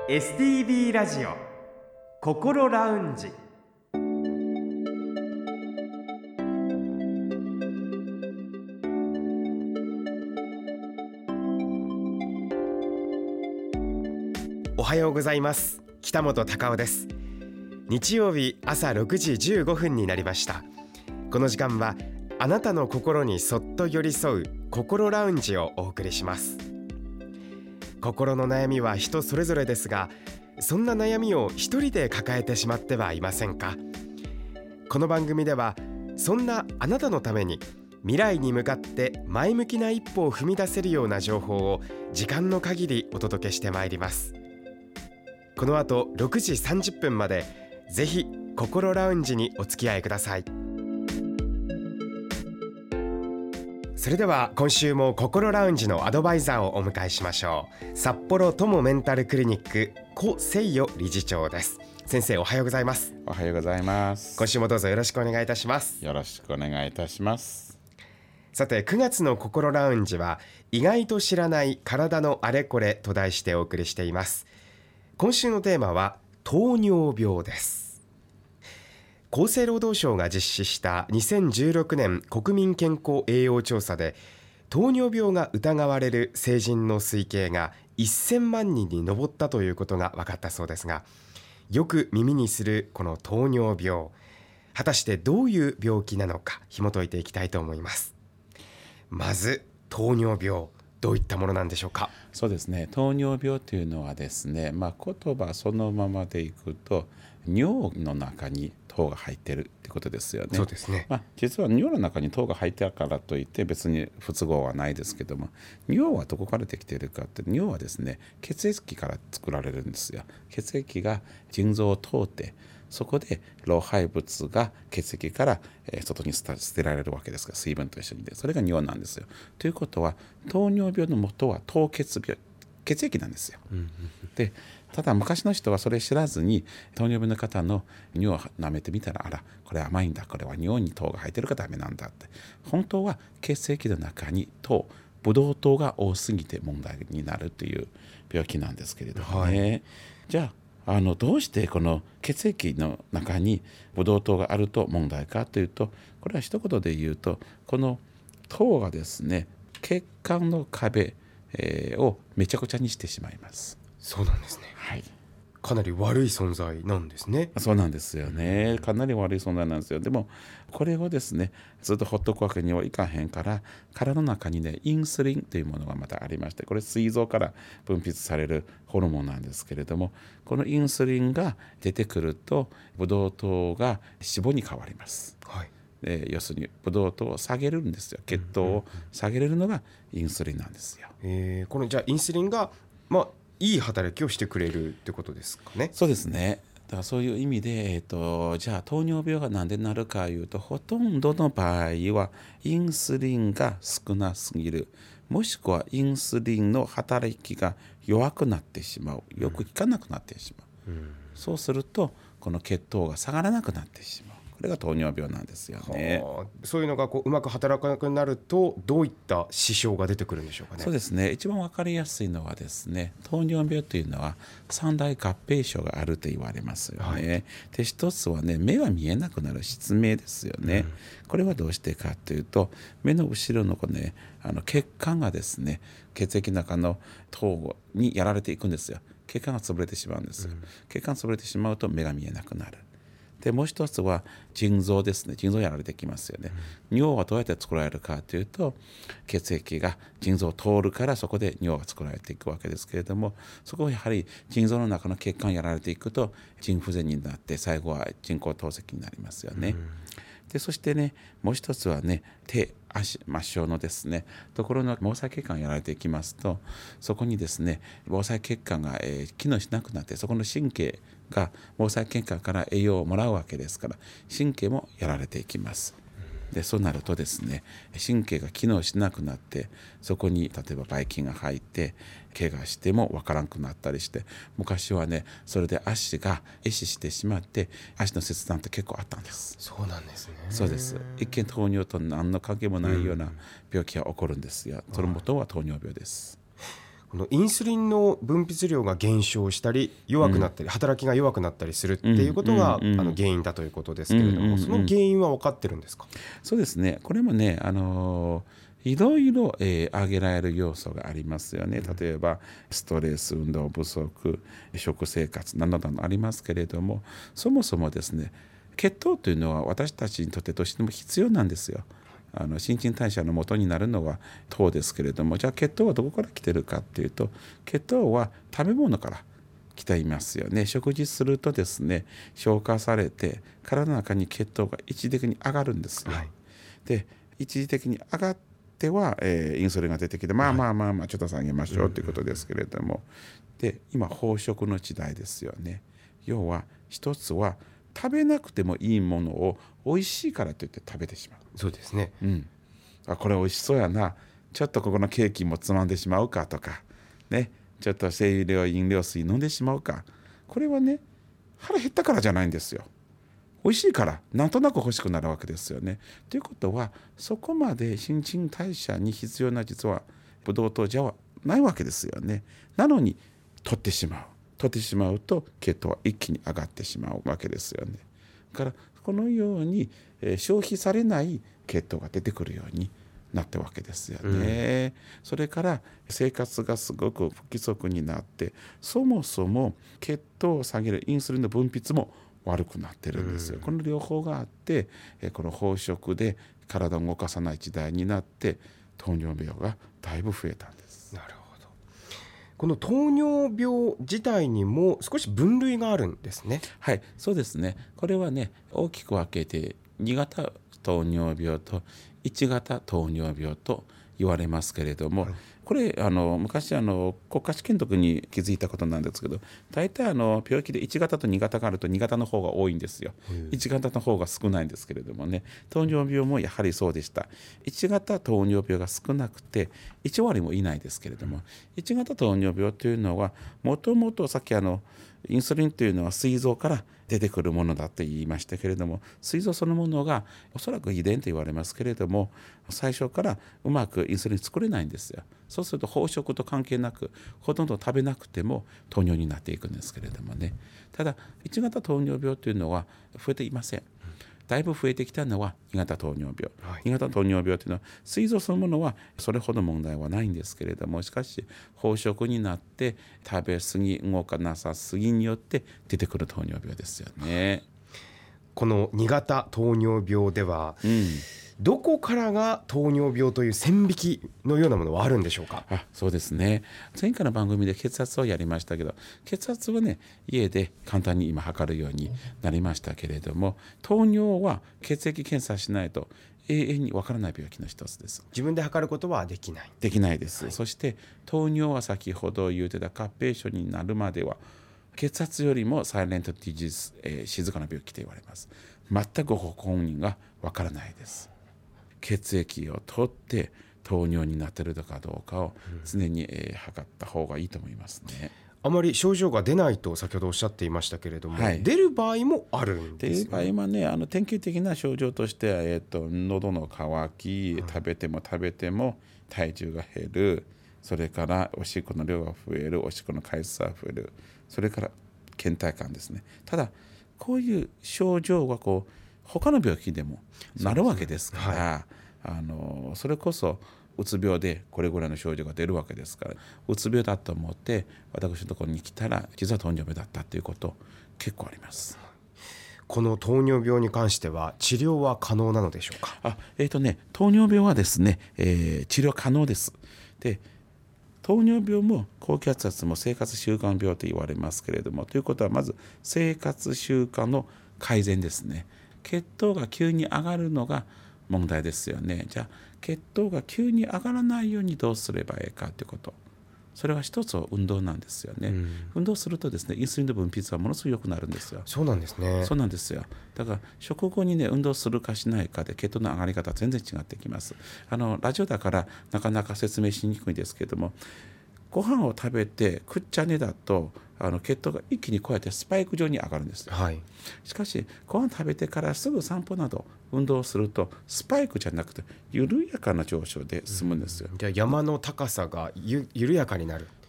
STB ラジオ心ラウンジ。おはようございます。北本孝夫です。日曜日朝6時15分になりました。この時間はあなたの心にそっと寄り添う心ラウンジをお送りします。心の悩みは人それぞれですが、そんな悩みを一人で抱えてしまってはいませんか。この番組ではそんなあなたのために未来に向かって前向きな一歩を踏み出せるような情報を時間の限りお届けしてまいります。この後6時30分までぜひ心ラウンジにお付き合いください。それでは今週も心ラウンジのアドバイザーをお迎えしましょう。札幌友メンタルクリニック古誠代理事長です。先生、おはようございます。 おはようございます。 今週もどうぞよろしくお願いいたします。 よろしくお願いいたします。 さて、9月の心ラウンジは意外と知らない体のあれこれと題してお送りしています。今週のテーマは糖尿病です。厚生労働省が実施した2016年国民健康栄養調査で、糖尿病が疑われる成人の推計が1000万人に上ったということが分かったそうですが、よく耳にするこの糖尿病、果たしてどういう病気なのか紐解いていきたいと思います。まず糖尿病、どういったものなんでしょうか。 そうですね、糖尿病というのはですね、言葉そのままでいくと尿の中に糖が入っているってことですよね。 そうですね。 実は尿の中に糖が入っているからといって別に不都合はないですけども、尿はどこからできているかって、尿はですね、血液から作られるんですよ。血液が腎臓を通ってそこで老廃物が血液から外に捨てられるわけですが、水分と一緒にで、それが尿なんですよ。ということは糖尿病の元は糖血病、血液なんですよ。でただ昔の人はそれ知らずに糖尿病の方の尿を舐めてみたら、あらこれ甘いんだ、これは尿に糖が入ってるからダメなんだって。本当は血液の中に糖、ブドウ糖が多すぎて問題になるという病気なんですけれどもね、じゃあどうしてこの血液の中にブドウ糖があると問題かというと、これは一言で言うと、この糖がですね、血管の壁をめちゃくちゃにしてしまいます。 そうなんですね。 はい、 かなり悪い存在なんですね。 そうなんですよね。かなり悪い存在なんですよ。でもこれをですね、ずっとほっとくわけにはいかへんから、体の中にね、インスリンというものがまたありまして、これ膵臓から分泌されるホルモンなんですけれども、このインスリンが出てくるとブドウ糖が脂肪に変わります。要するにブドウ糖を下げるんですよ。血糖を下げれるのがインスリンなんですよ。 このじゃあインスリンがいい働きをしてくれるってことですかね。 そうですね。だからそういう意味で、じゃあ糖尿病が何でなるかいうと、ほとんどの場合はインスリンが少なすぎる、もしくはインスリンの働きが弱くなってしまう、よく効かなくなってしまう、そうするとこの血糖が下がらなくなってしまう。これが糖尿病なんですよね。 そういうのがうまく働かなくなると、どういった支障が出てくるんでしょうかね。 そうですね、一番分かりやすいのはですね、糖尿病というのは三大合併症があると言われますよね。で一つはね、目が見えなくなる失明ですよね。これはどうしてかというと、目の後ろの血管がですね、血液の中の糖にやられていくんですよ。血管が潰れてしまうんですよ。血管が潰れてしまうと目が見えなくなる。でもう一つは腎臓ですね。腎臓やられてきますよね。尿はどうやって作られるかというと、血液が腎臓を通るから、そこで尿が作られていくわけですけれども、そこをやはり腎臓の中の血管やられていくと腎不全になって、最後は人工透析になりますよね。でそしてね、もう一つはね、手足末梢のですねところの毛細血管やられていきますと、そこにですね毛細血管が、機能しなくなって、そこの神経が毛細血管から栄養をもらうわけですから、神経もやられていきます。でそうなるとですね、神経が機能しなくなって、そこに例えばばい菌が入って怪我してもわからなくなったりして、昔はね、それで足が壊死してしまって足の切断って結構あったんです。 そうなんですね。 そうです。一見糖尿と何の関係もないような病気が起こるんですが、その元は糖尿病です。 このインスリンの分泌量が減少したり弱くなったり、働きが弱くなったりするっていうことが、原因だということですけれども、その原因は分かってるんですか？ そうですね、これもね、いろいろ、挙げられる要素がありますよね。例えばストレス、運動不足、食生活などなどありますけれども、そもそもですね、血糖というのは私たちにとってどうしても必要なんですよ。新陳代謝の元になるのは糖ですけれども、じゃあ血糖はどこから来てるかっていうと、血糖は食べ物から来ていますよね。食事するとですね、消化されて体の中に血糖が一時的に上がるんですよ。で、一時的に上がっては、インスリンが出てきて、ちょっと下げましょうということですけれども、で今飽食の時代ですよね。要は一つは食べなくてもいいものを美味しいからといって食べてしまう。 そうですね、 これ美味しそうやな、ちょっとここのケーキもつまんでしまうかとかね、ちょっと清涼飲料水飲んでしまうか、これはね、腹減ったからじゃないんですよ。美味しいからなんとなく欲しくなるわけですよね。ということは、そこまで新陳代謝に必要な実はブドウ糖じゃないわけですよね。なのに取ってしまうと血糖は一気に上がってしまうわけですよね。だからこのように消費されない血糖が出てくるようになったわけですよね。それから生活がすごく不規則になって、そもそも血糖を下げるインスリンの分泌も悪くなってるんですよ。この両方があって、この飽食で体を動かさない時代になって糖尿病がだいぶ増えたんです。 なるほど。この糖尿病自体にも少し分類があるんですね。 はい、そうですね。これはね、大きく分けて2型糖尿病と1型糖尿病と言われますけれども、これ昔国家試験の時に気づいたことなんですけど、大体病気で1型と2型があると2型の方が多いんですよ。1型の方が少ないんですけれどもね、糖尿病もやはりそうでした。1型糖尿病が少なくて1割もいないですけれども、1型糖尿病というのはもともとさっきインスリンというのは膵臓から出てくるものだと言いましたけれども、膵臓そのものがおそらく遺伝と言われますけれども、最初からうまくインスリン作れないんですよ。そうすると飽食と関係なくほとんど食べなくても糖尿になっていくんですけれどもね。ただ1型糖尿病というのは増えていません。だいぶ増えてきたのは2型糖尿病、2型糖尿病というのは膵臓そのものはそれほど問題はないんですけれども、しかし飽食になって食べ過ぎ動かなさすぎによって出てくる糖尿病ですよね。 この2型糖尿病では、どこからが糖尿病という線引きのようなものはあるんでしょうか？ そうですね。前回の番組で血圧をやりましたけど、血圧はね、家で簡単に今測るようになりましたけれども、糖尿は血液検査しないと永遠にわからない病気の一つです。 自分で測ることはできないです、そして糖尿は先ほど言うてた合併症になるまでは血圧よりもサイレントディジーズ、静かな病気と言われます。全く本人がわからないです。血液を取って糖尿になっているかどうかを常に測った方がいいと思いますね。 あまり症状が出ないと先ほどおっしゃっていましたけれども、出る場合もあるんですよね。 出る場合はね、典型的な症状としては、喉の渇き、食べても体重が減る、それからおしっこの量が増える、おしっこの回数が増える、それから倦怠感ですね。ただこういう症状は他の病気でもなるわけですから、それこそうつ病でこれぐらいの症状が出るわけですから、うつ病だと思って私のところに来たら実は糖尿病だったということ結構あります。 この糖尿病に関しては治療は可能なのでしょうか？ 糖尿病はですね、治療可能です。で、糖尿病も高血圧も生活習慣病と言われますけれども、ということはまず生活習慣の改善ですね。血糖が急に上がるのが問題ですよね。じゃあ血糖が急に上がらないようにどうすればいいかということ、それは一つは運動なんですよね。運動するとですね、インスリンの分泌はものすごく良くなるんですよ。 そうなんですね。 そうなんですよ。だから食後にね、運動するかしないかで血糖の上がり方は全然違ってきます。ラジオだからなかなか説明しにくいんですけれども、ご飯を食べてくっちゃ寝だと血糖が一気にこうやってスパイク状に上がるんですよ。しかしご飯食べてからすぐ散歩など運動するとスパイクじゃなくて緩やかな上昇で済むんですよ。 じゃあ山の高さが緩やかになる。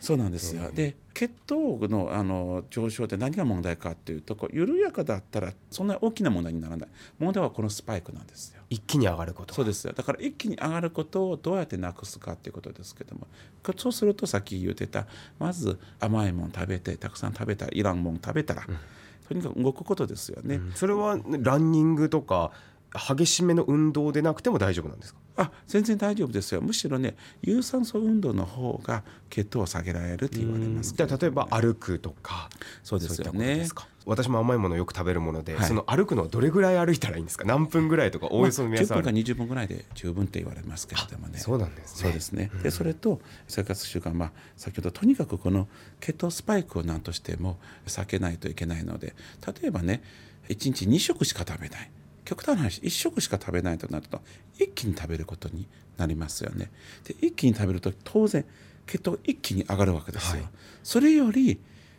そうなんですよ。で血糖の、上昇って何が問題かっていうと緩やかだったらそんな大きな問題にならない。問題はこのスパイクなんですよ。 一気に上がること。 そうですよ。だから一気に上がることをどうやってなくすかっていうことですけども、そうするとさっき言ってたまず甘いもの食べてたくさん食べたらいらんもの食べたら、とにかく動くことですよね。 それはランニングとか激しめの運動でなくても大丈夫なんですか？ 全然大丈夫ですよ。むしろね有酸素運動の方が血糖を下げられるって言われますけど、 じゃあ例えば歩くとか。 そうですよね。 そういったことですか？私も甘いものをよく食べるもので、その歩くのをどれぐらい歩いたらいいんですか？何分ぐらいとかおおよその皆さん、 10分か20分ぐらいで十分って言われますけれどもね。 そうなんですね。 そうですね。でそれと生活習慣、先ほどとにかくこの血糖スパイクを何としても避けないといけないので、例えばね1日2食しか食べない、極端な話1食しか食べないとなると一気に食べることになりますよね。で一気に食べると当然血糖が一気に上がるわけですよ。それより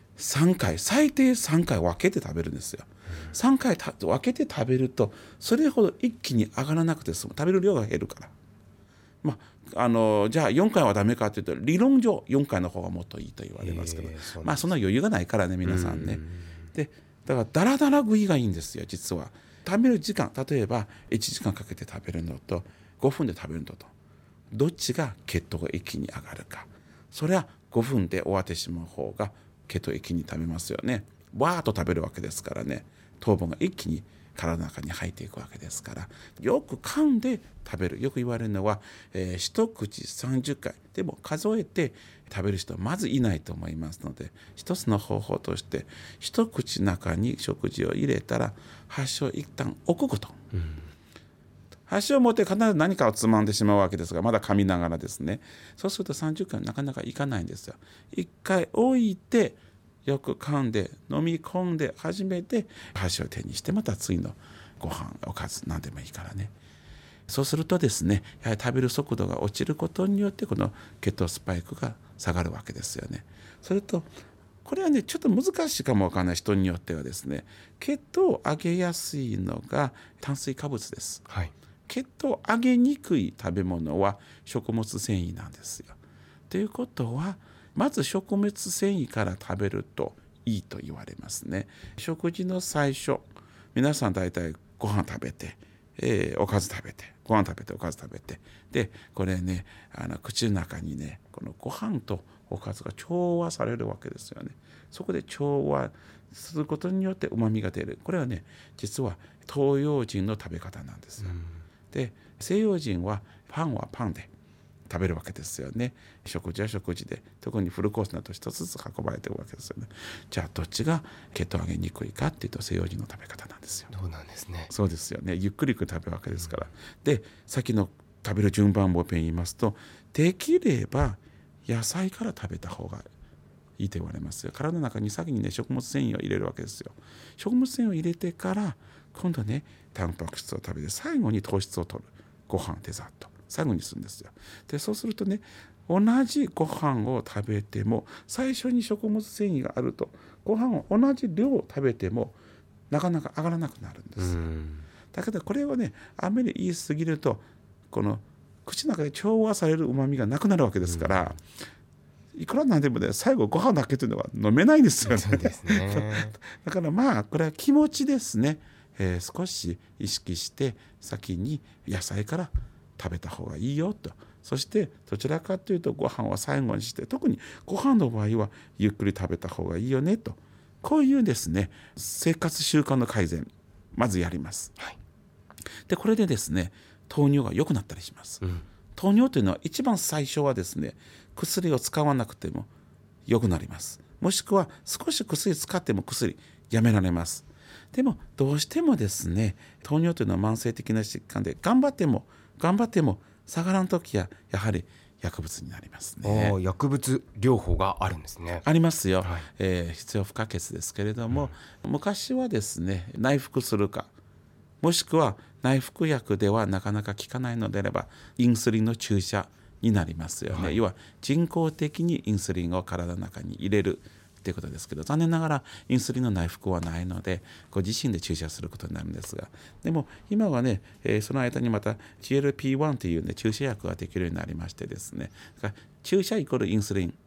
3回最低3回分けて食べるんですよ。3回分けて食べるとそれほど一気に上がらなくて済む。食べる量が減るから。じゃあ4回はダメかというと理論上4回の方がもっといいと言われますけど、そんな余裕がないからね皆さんね。でだからダラダラ食いがいいんですよ実は。食べる時間例えば1時間かけて食べるのと5分で食べるのとどっちが血糖が一気に上がるか。それは5分で終わってしまう方が血糖一気に食べますよね。わーっと食べるわけですからね、糖分が一気に体の中に入っていくわけですから、よく噛んで食べる。よく言われるのは、一口30回でも数えて食べる人はまずいないと思いますので、一つの方法として一口の中に食事を入れたら箸を一旦置くこと、箸を持って必ず何かをつまんでしまうわけですが、まだ噛みながらですね。そうすると30回なかなかいかないんですよ。一回置いてよく噛んで飲み込んで初めて箸を手にしてまた次のご飯おかず何でもいいからね。そうするとですねやはり食べる速度が落ちることによってこの血糖スパイクが下がるわけですよね。それとこれはねちょっと難しいかもわからない人によってはですね、血糖を上げやすいのが炭水化物です。血糖を上げにくい食べ物は食物繊維なんですよ。ということはまず食物繊維から食べるといいと言われますね。食事の最初皆さん大体ご飯食べて、おかず食べてご飯食べておかず食べてでこれね口の中にねこのご飯とおかずが調和されるわけですよね。そこで調和することによって旨味が出る。これはね実は東洋人の食べ方なんですよ。で西洋人はパンはパンで食べるわけですよね。食事は食事で特にフルコースなど一つずつ運ばれてるわけですよね。じゃあどっちが血糖を上げにくいかっていうと西洋人の食べ方なんですよ。 そうなんですね。 そうですよね。ゆっくり食べるわけですから。でさっきの食べる順番も一遍言いますと、できれば野菜から食べた方がいいと言われますよ。体の中に先にね食物繊維を入れるわけですよ。食物繊維を入れてから今度ねタンパク質を食べて最後に糖質を取る。ご飯デザート最後にするんですよ。でそうするとね同じご飯を食べても最初に食物繊維があるとご飯を同じ量食べてもなかなか上がらなくなるんですよ。だけどこれをねあんまり言い過ぎるとこの口の中で調和される旨味がなくなるわけですから、いくらなんでもね最後ご飯だけというのは飲めないんですよね。 そうですねだからこれは気持ちですね。少し意識して先に野菜から食べた方がいいよと。そしてどちらかというとご飯は最後にして、特にご飯の場合はゆっくり食べた方がいいよねと。こういうですね生活習慣の改善まずやります。でこれでですね糖尿が良くなったりします。糖尿というのは一番最初はですね薬を使わなくても良くなります。もしくは少し薬使っても薬やめられます。でもどうしてもですね糖尿というのは慢性的な疾患で頑張っても下がらんときはやはり薬物になりますね。 薬物療法があるんですね。 ありますよ、必要不可欠ですけれども、昔はですね内服するかもしくは内服薬ではなかなか効かないのであればインスリンの注射になりますよね、要は人工的にインスリンを体の中に入れるということですけど、残念ながらインスリンの内服はないのでご自身で注射することになるんですが、でも今はね、その間にまた GLP-1 という、ね、注射薬ができるようになりましてですね、だから注射イコールインスリン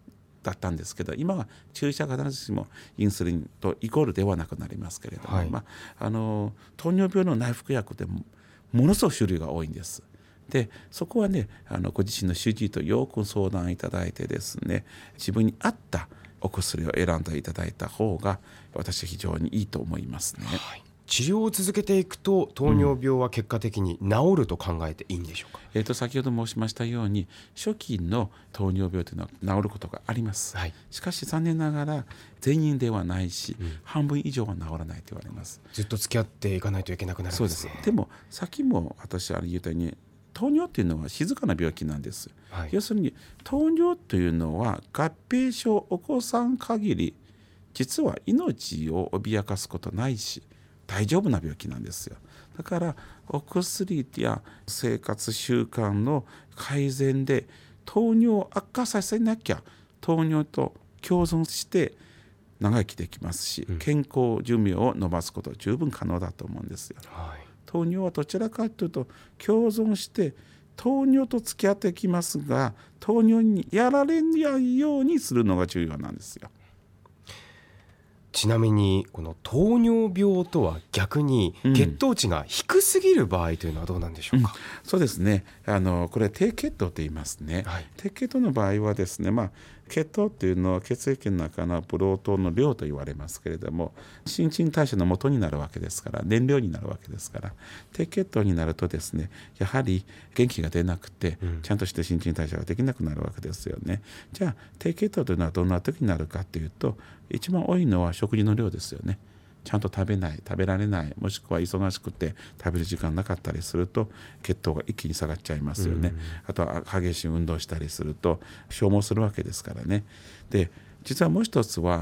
だったんですけど、今は注射が必ずしもインスリンとイコールではなくなりますけれども、糖尿病の内服薬でものすごく種類が多いんです。でそこはね、ご自身の主治医とよく相談いただいてですね、自分に合ったお薬を選んでいただいた方が私は非常にいいと思いますね。 治療を続けていくと糖尿病は結果的に治ると考えていいんでしょうか？ 先ほど申しましたように初期の糖尿病というのは治ることがあります、しかし残念ながら全員ではないし、半分以上は治らないと言われます。 ずっと付き合っていかないといけなくなるんですね。 そうです。でもさっきも私言ったように糖尿っていうのは静かな病気なんです、要するに糖尿というのは合併症を起こさん限り実は命を脅かすことないし大丈夫な病気なんですよ。だからお薬や生活習慣の改善で糖尿を悪化させなきゃ糖尿と共存して長生きできますし、健康寿命を延ばすことは十分可能だと思うんですよ。糖尿はどちらかというと共存して糖尿と付き合ってきますが、糖尿にやられないようにするのが重要なんですよ。 ちなみにこの糖尿病とは逆に血糖値が低すぎる場合というのはどうなんでしょうか？ そうですね、これ低血糖と言いますね、低血糖の場合はですね、血糖というのは血液の中のブドウ糖の量と言われますけれども、新陳代謝の元になるわけですから、燃料になるわけですから、低血糖になるとですね、やはり元気が出なくて、ちゃんとして新陳代謝ができなくなるわけですよね。じゃあ低血糖というのはどんな時になるかというと、一番多いのは食事の量ですよね。ちゃんと食べられない、もしくは忙しくて食べる時間なかったりすると血糖が一気に下がっちゃいますよね。あとは激しい運動したりすると消耗するわけですからね。で実はもう一つは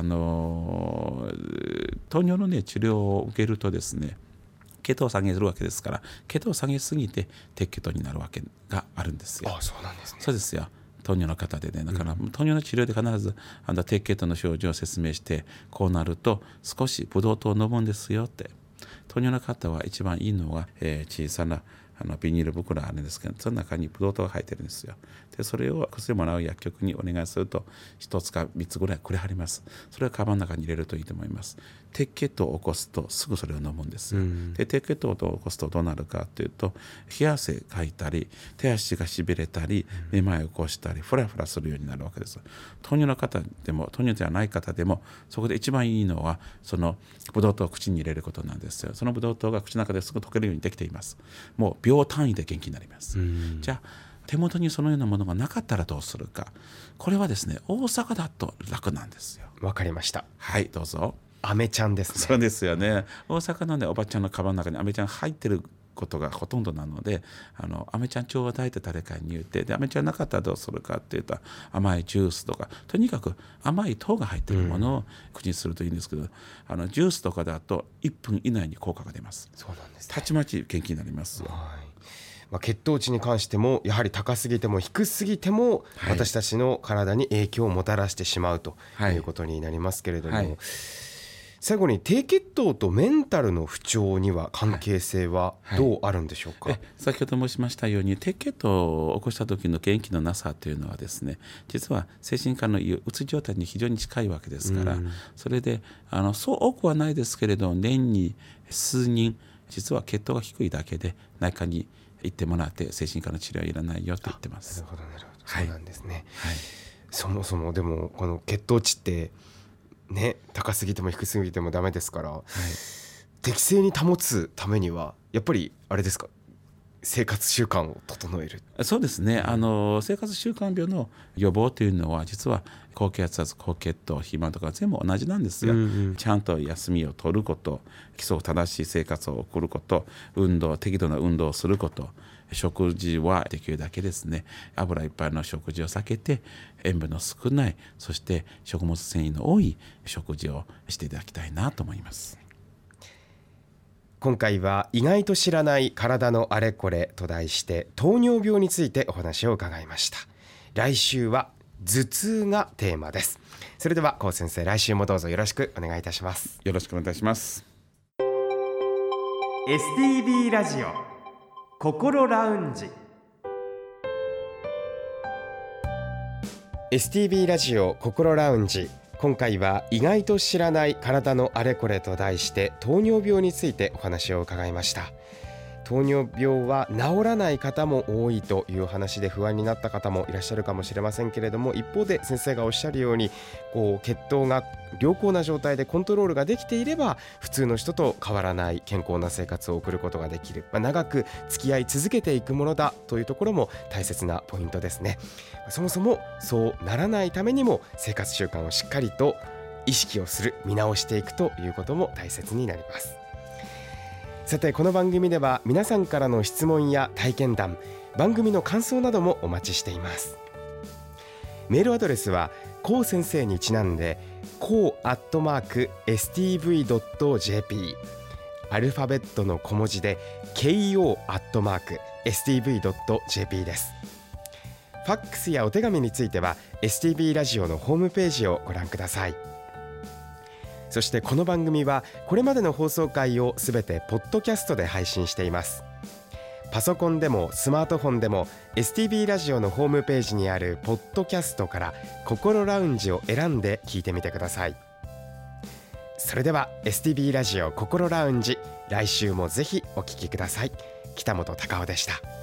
糖尿の、治療を受けるとですね、血糖を下げるわけですから、血糖を下げすぎて低血糖になるわけがあるんですよ。 そうなんですね。 そうですよ。糖尿の方でね、だから糖尿の治療で必ず低血糖の症状を説明して、こうなると少しブドウ糖を飲むんですよって。糖尿の方は一番いいのは、小さなビニール袋あるんですけど、その中にブドウ糖が入ってるんですよ。でそれを薬もらう薬局にお願いすると1つか3つぐらいくれはります。それをカバンの中に入れるといいと思います。低血糖を起こすとすぐそれを飲むんですよ。で低血糖を起こすとどうなるかというと、冷や汗かいたり、手足がしびれたり、めまいを起こしたり、フラフラするようになるわけです。糖尿の方でも糖尿ではない方でも、そこで一番いいのはそのブドウ糖を口に入れることなんですよ。そのブドウ糖が口の中ですぐ溶けるようにできています。もう秒単位で元気になります。じゃあ手元にそのようなものがなかったらどうするか。これはですね、大阪だと楽なんですよ。 わかりました。 はいどうぞ。 アメちゃんですね。 そうですよね。大阪のねおばちゃんのカバンの中にアメちゃん入ってることがほとんどなので、アメちゃんちょうだいって誰かに言って、でアメちゃんなかったらどうするかっていうと、甘いジュースとか、とにかく甘い糖が入ってるものを口にするといいんですけど、ジュースとかだと1分以内に効果が出ます。 そうなんですね。 たちまち元気になりますよ。 血糖値に関してもやはり高すぎても低すぎても私たちの体に影響をもたらしてしまうということになりますけれども、最後に低血糖とメンタルの不調には関係性はどうあるんでしょうか？ 先ほど申しましたように、低血糖を起こした時の元気のなさというのはですね、実は精神科のいううつ状態に非常に近いわけですから、それでそう多くはないですけれど、年に数人実は血糖が低いだけで内科に行ってもらって精神科の治療はいらないよと言ってます。 なるほどなるほど、そうなんですね。そもそもでもこの血糖値ってね、高すぎても低すぎてもダメですから、適正に保つためにはやっぱりあれですか、生活習慣を整える。 そうですね、生活習慣病の予防というのは実は高血圧、高血糖、肥満とか全部同じなんですよ。ちゃんと休みを取ること、基礎正しい生活を送ること、適度な運動をすること、食事はできるだけですね、油いっぱいの食事を避けて、塩分の少ない、そして食物繊維の多い食事をしていただきたいなと思います。 今回は意外と知らない体のあれこれと題して糖尿病についてお話を伺いました。来週は頭痛がテーマです。それでは高先生、来週もどうぞよろしくお願いいたします。 よろしくお願いいたします。 STB ラジオ心ラウンジ。 STB ラジオ心ラウンジ、今回は意外と知らない体のあれこれと題して糖尿病についてお話を伺いました。糖尿病は治らない方も多いという話で不安になった方もいらっしゃるかもしれませんけれども、一方で先生がおっしゃるように血糖が良好な状態でコントロールができていれば普通の人と変わらない健康な生活を送ることができる、長く付き合い続けていくものだというところも大切なポイントですね。そもそもそうならないためにも生活習慣をしっかりと意識をする、見直していくということも大切になります。さて、この番組では皆さんからの質問や体験談、番組の感想などもお待ちしています。メールアドレスはこう先生にちなんでこう@stv.jp、 アルファベットの小文字で ko@stv.jp です。ファックスやお手紙については STB ラジオのホームページをご覧ください。そしてこの番組はこれまでの放送回をすべてポッドキャストで配信しています。パソコンでもスマートフォンでも STB ラジオのホームページにあるポッドキャストから心ラウンジを選んで聞いてみてください。それでは STB ラジオ心ラウンジ、来週もぜひお聞きください。北本隆夫でした。